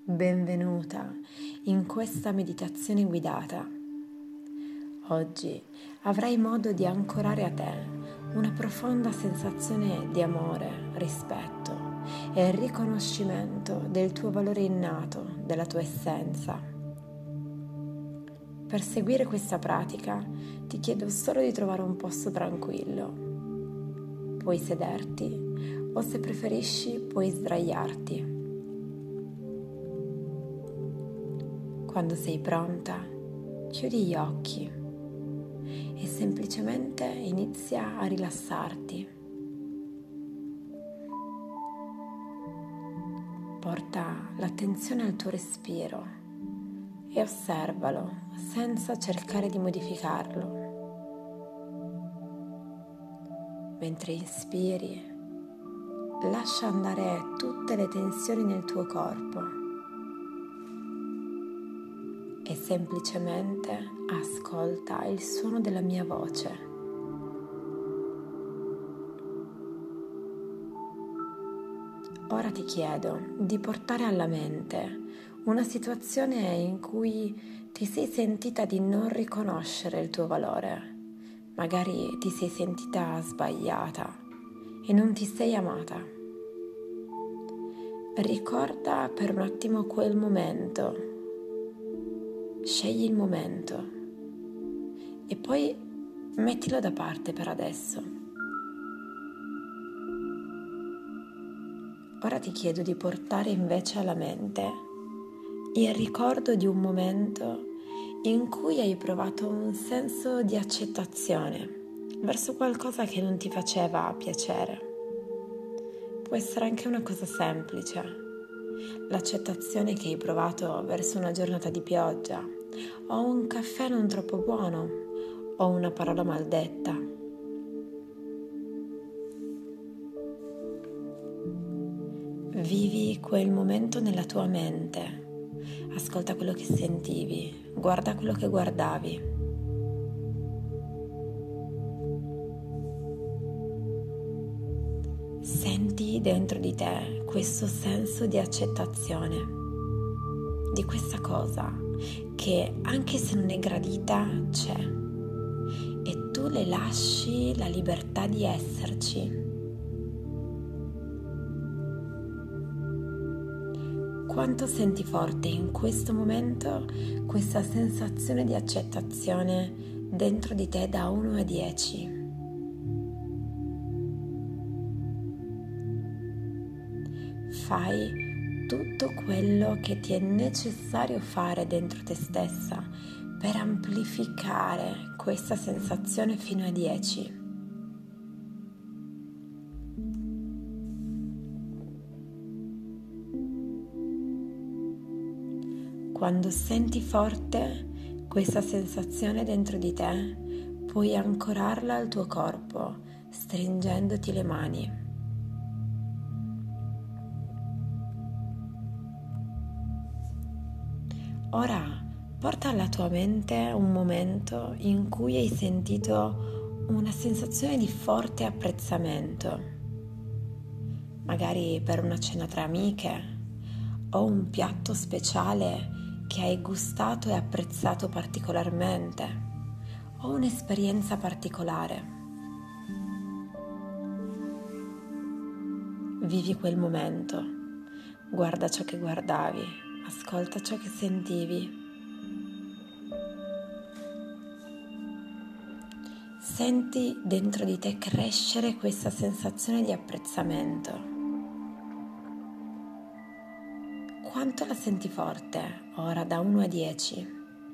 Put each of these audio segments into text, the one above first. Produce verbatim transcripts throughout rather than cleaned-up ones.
benvenuta in questa meditazione guidata. Oggi avrai modo di ancorare a te una profonda sensazione di amore, rispetto e riconoscimento del tuo valore innato, della tua essenza. Per seguire questa pratica ti chiedo solo di trovare un posto tranquillo. Puoi sederti o, se preferisci, puoi sdraiarti. Quando sei pronta, chiudi gli occhi e semplicemente inizia a rilassarti. Porta l'attenzione al tuo respiro e osservalo senza cercare di modificarlo. Mentre inspiri, lascia andare tutte le tensioni nel tuo corpo e semplicemente ascolta il suono della mia voce. Ora ti chiedo di portare alla mente una situazione in cui ti sei sentita di non riconoscere il tuo valore. Magari ti sei sentita sbagliata e non ti sei amata. Ricorda per un attimo quel momento. Scegli il momento e poi mettilo da parte per adesso. Ora ti chiedo di portare invece alla mente il ricordo di un momento in cui hai provato un senso di accettazione verso qualcosa che non ti faceva piacere. Può essere anche una cosa semplice. L'accettazione che hai provato verso una giornata di pioggia, o un caffè non troppo buono, o una parola maldetta. Vivi quel momento nella tua mente, ascolta quello che sentivi, guarda quello che guardavi. Senti dentro di te questo senso di accettazione, di questa cosa che anche se non è gradita c'è e tu le lasci la libertà di esserci. Quanto senti forte in questo momento questa sensazione di accettazione dentro di te da uno a dieci? Fai tutto quello che ti è necessario fare dentro te stessa per amplificare questa sensazione fino a dieci. Quando senti forte questa sensazione dentro di te, puoi ancorarla al tuo corpo, stringendoti le mani. Ora porta alla tua mente un momento in cui hai sentito una sensazione di forte apprezzamento, magari per una cena tra amiche o un piatto speciale che hai gustato e apprezzato particolarmente, o un'esperienza particolare. Vivi quel momento, guarda ciò che guardavi. Ascolta ciò che sentivi. Senti dentro di te crescere questa sensazione di apprezzamento. Quanto la senti forte ora da uno a dieci?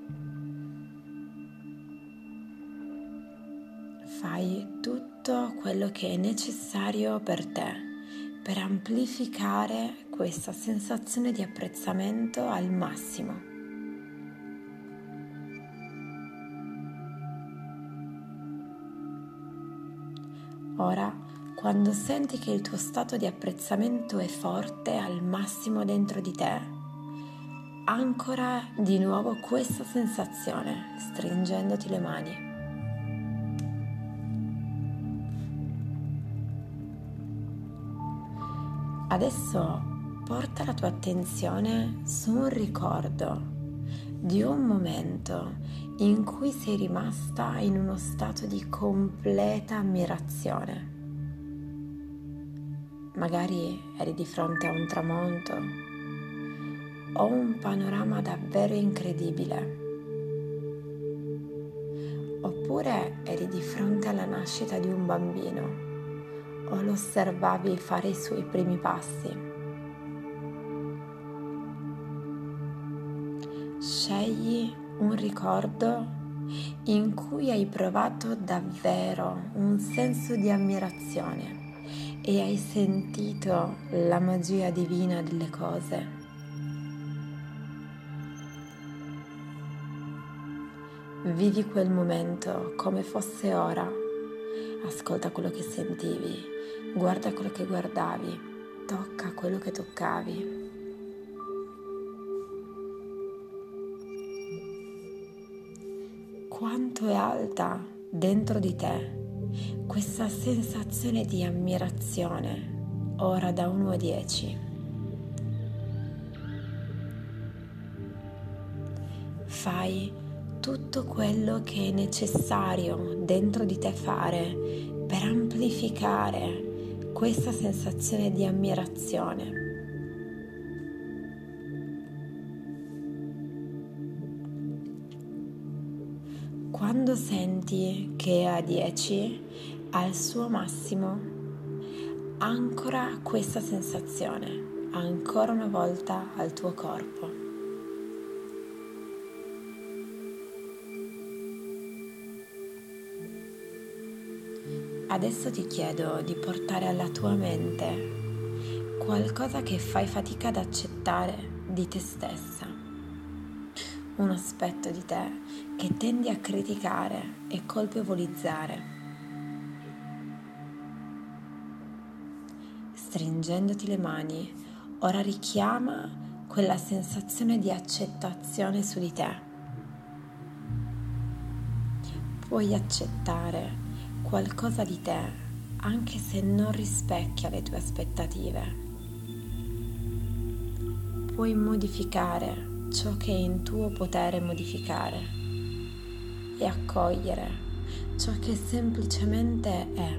Fai tutto quello che è necessario per te per amplificare questa sensazione di apprezzamento al massimo. Ora, quando senti che il tuo stato di apprezzamento è forte al massimo dentro di te, ancora di nuovo questa sensazione, stringendoti le mani. Adesso Porta la tua attenzione su un ricordo di un momento in cui sei rimasta in uno stato di completa ammirazione. Magari eri di fronte a un tramonto o un panorama davvero incredibile. Oppure eri di fronte alla nascita di un bambino o lo osservavi fare i suoi primi passi. Scegli un ricordo in cui hai provato davvero un senso di ammirazione e hai sentito la magia divina delle cose. Vivi quel momento come fosse ora. Ascolta quello che sentivi, guarda quello che guardavi, tocca quello che toccavi. Quanto è alta dentro di te questa sensazione di ammirazione, ora da uno a dieci. Fai tutto quello che è necessario dentro di te fare per amplificare questa sensazione di ammirazione. Quando senti che è a dieci, al suo massimo, ancora questa sensazione ancora una volta al tuo corpo. Adesso ti chiedo di portare alla tua mente qualcosa che fai fatica ad accettare di te stessa, un aspetto di te che tendi a criticare e colpevolizzare. Stringendoti le mani, ora richiama quella sensazione di accettazione su di te. Puoi accettare qualcosa di te anche se non rispecchia le tue aspettative. Puoi modificare ciò che è in tuo potere modificare e accogliere ciò che semplicemente è.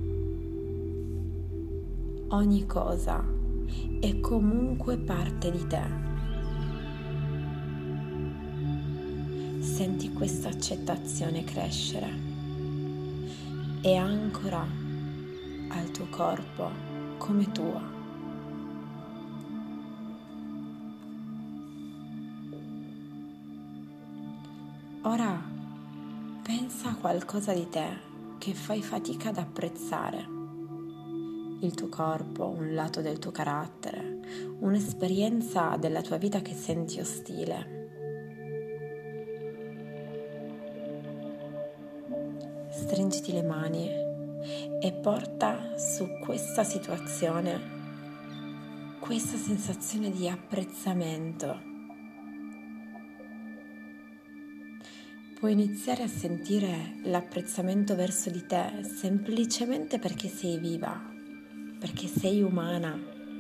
Ogni cosa è comunque parte di te. Senti questa accettazione crescere e ancora al tuo corpo come tua. Ora pensa a qualcosa di te che fai fatica ad apprezzare. Il tuo corpo, un lato del tuo carattere, un'esperienza della tua vita che senti ostile. Stringiti le mani e porta su questa situazione questa sensazione di apprezzamento. Puoi iniziare a sentire l'apprezzamento verso di te semplicemente perché sei viva, perché sei umana.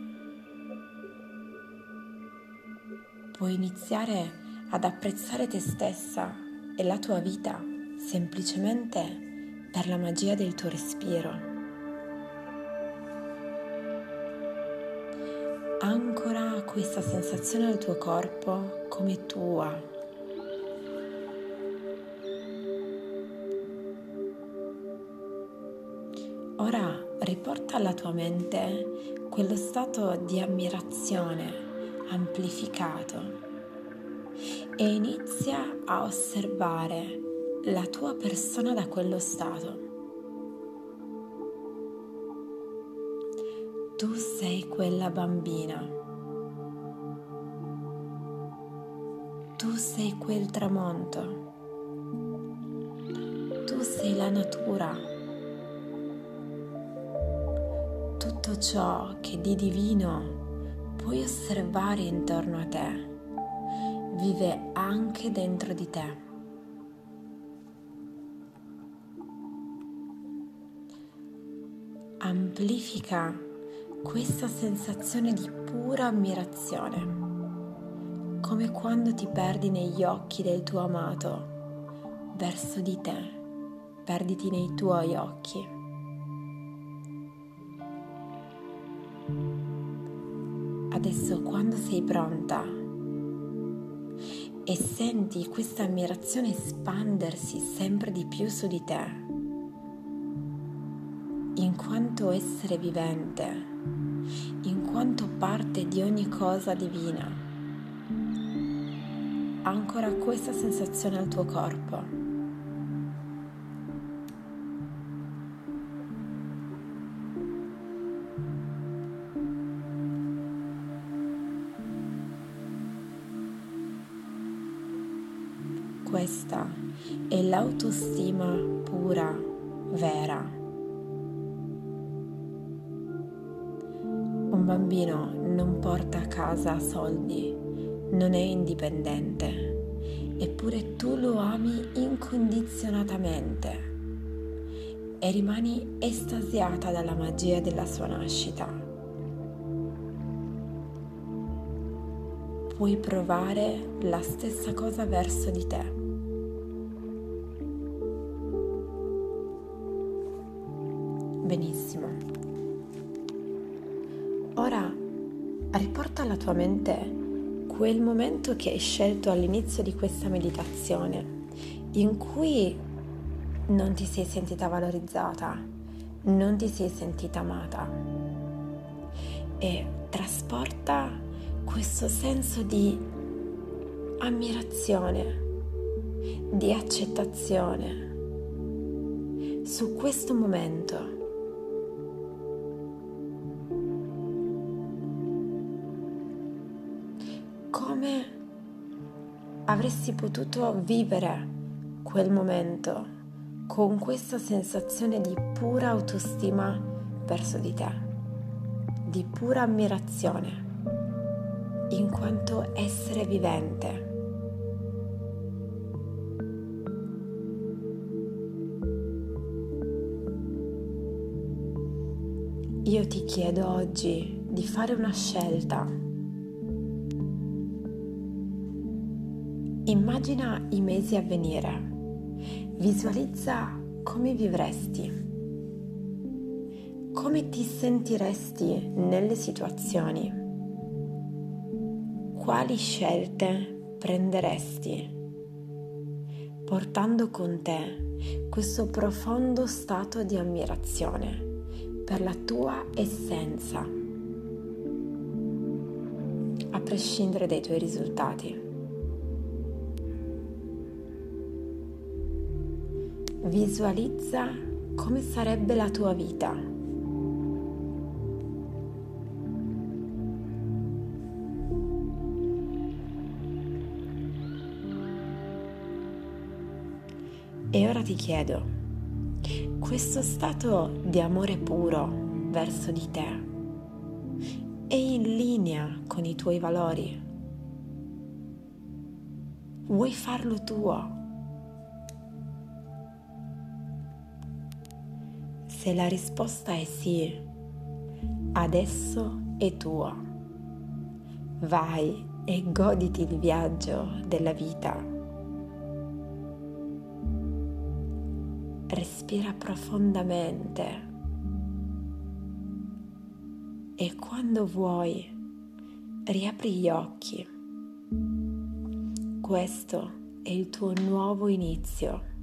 Puoi iniziare ad apprezzare te stessa e la tua vita semplicemente per la magia del tuo respiro. Ancora questa sensazione al tuo corpo come tua. Ora riporta alla tua mente quello stato di ammirazione amplificato e inizia a osservare la tua persona da quello stato. Tu sei quella bambina. Tu sei quel tramonto. Tu sei la natura. Tutto ciò che di divino puoi osservare intorno a te vive anche dentro di te. Amplifica questa sensazione di pura ammirazione, come quando ti perdi negli occhi del tuo amato verso di te, perditi nei tuoi occhi. Adesso, quando sei pronta e senti questa ammirazione espandersi sempre di più su di te, in quanto essere vivente, in quanto parte di ogni cosa divina, ha ancora questa sensazione al tuo corpo. Questa è l'autostima pura, vera. Un bambino non porta a casa soldi, non è indipendente, eppure tu lo ami incondizionatamente e rimani estasiata dalla magia della sua nascita. Puoi provare la stessa cosa verso di te. Benissimo. Ora riporta alla tua mente quel momento che hai scelto all'inizio di questa meditazione, in cui non ti sei sentita valorizzata, non ti sei sentita amata, e trasporta questo senso di ammirazione, di accettazione su questo momento. Come avresti potuto vivere quel momento con questa sensazione di pura autostima verso di te, di pura ammirazione, in quanto essere vivente. Io ti chiedo oggi di fare una scelta. Immagina i mesi a venire, visualizza come vivresti, come ti sentiresti nelle situazioni, quali scelte prenderesti, portando con te questo profondo stato di ammirazione per la tua essenza, a prescindere dai tuoi risultati. Visualizza come sarebbe la tua vita. E ora ti chiedo, questo stato di amore puro verso di te è in linea con i tuoi valori? Vuoi farlo tuo? Se la risposta è sì, adesso è tuo. Vai e goditi il viaggio della vita. Respira profondamente e quando vuoi riapri gli occhi. Questo è il tuo nuovo inizio.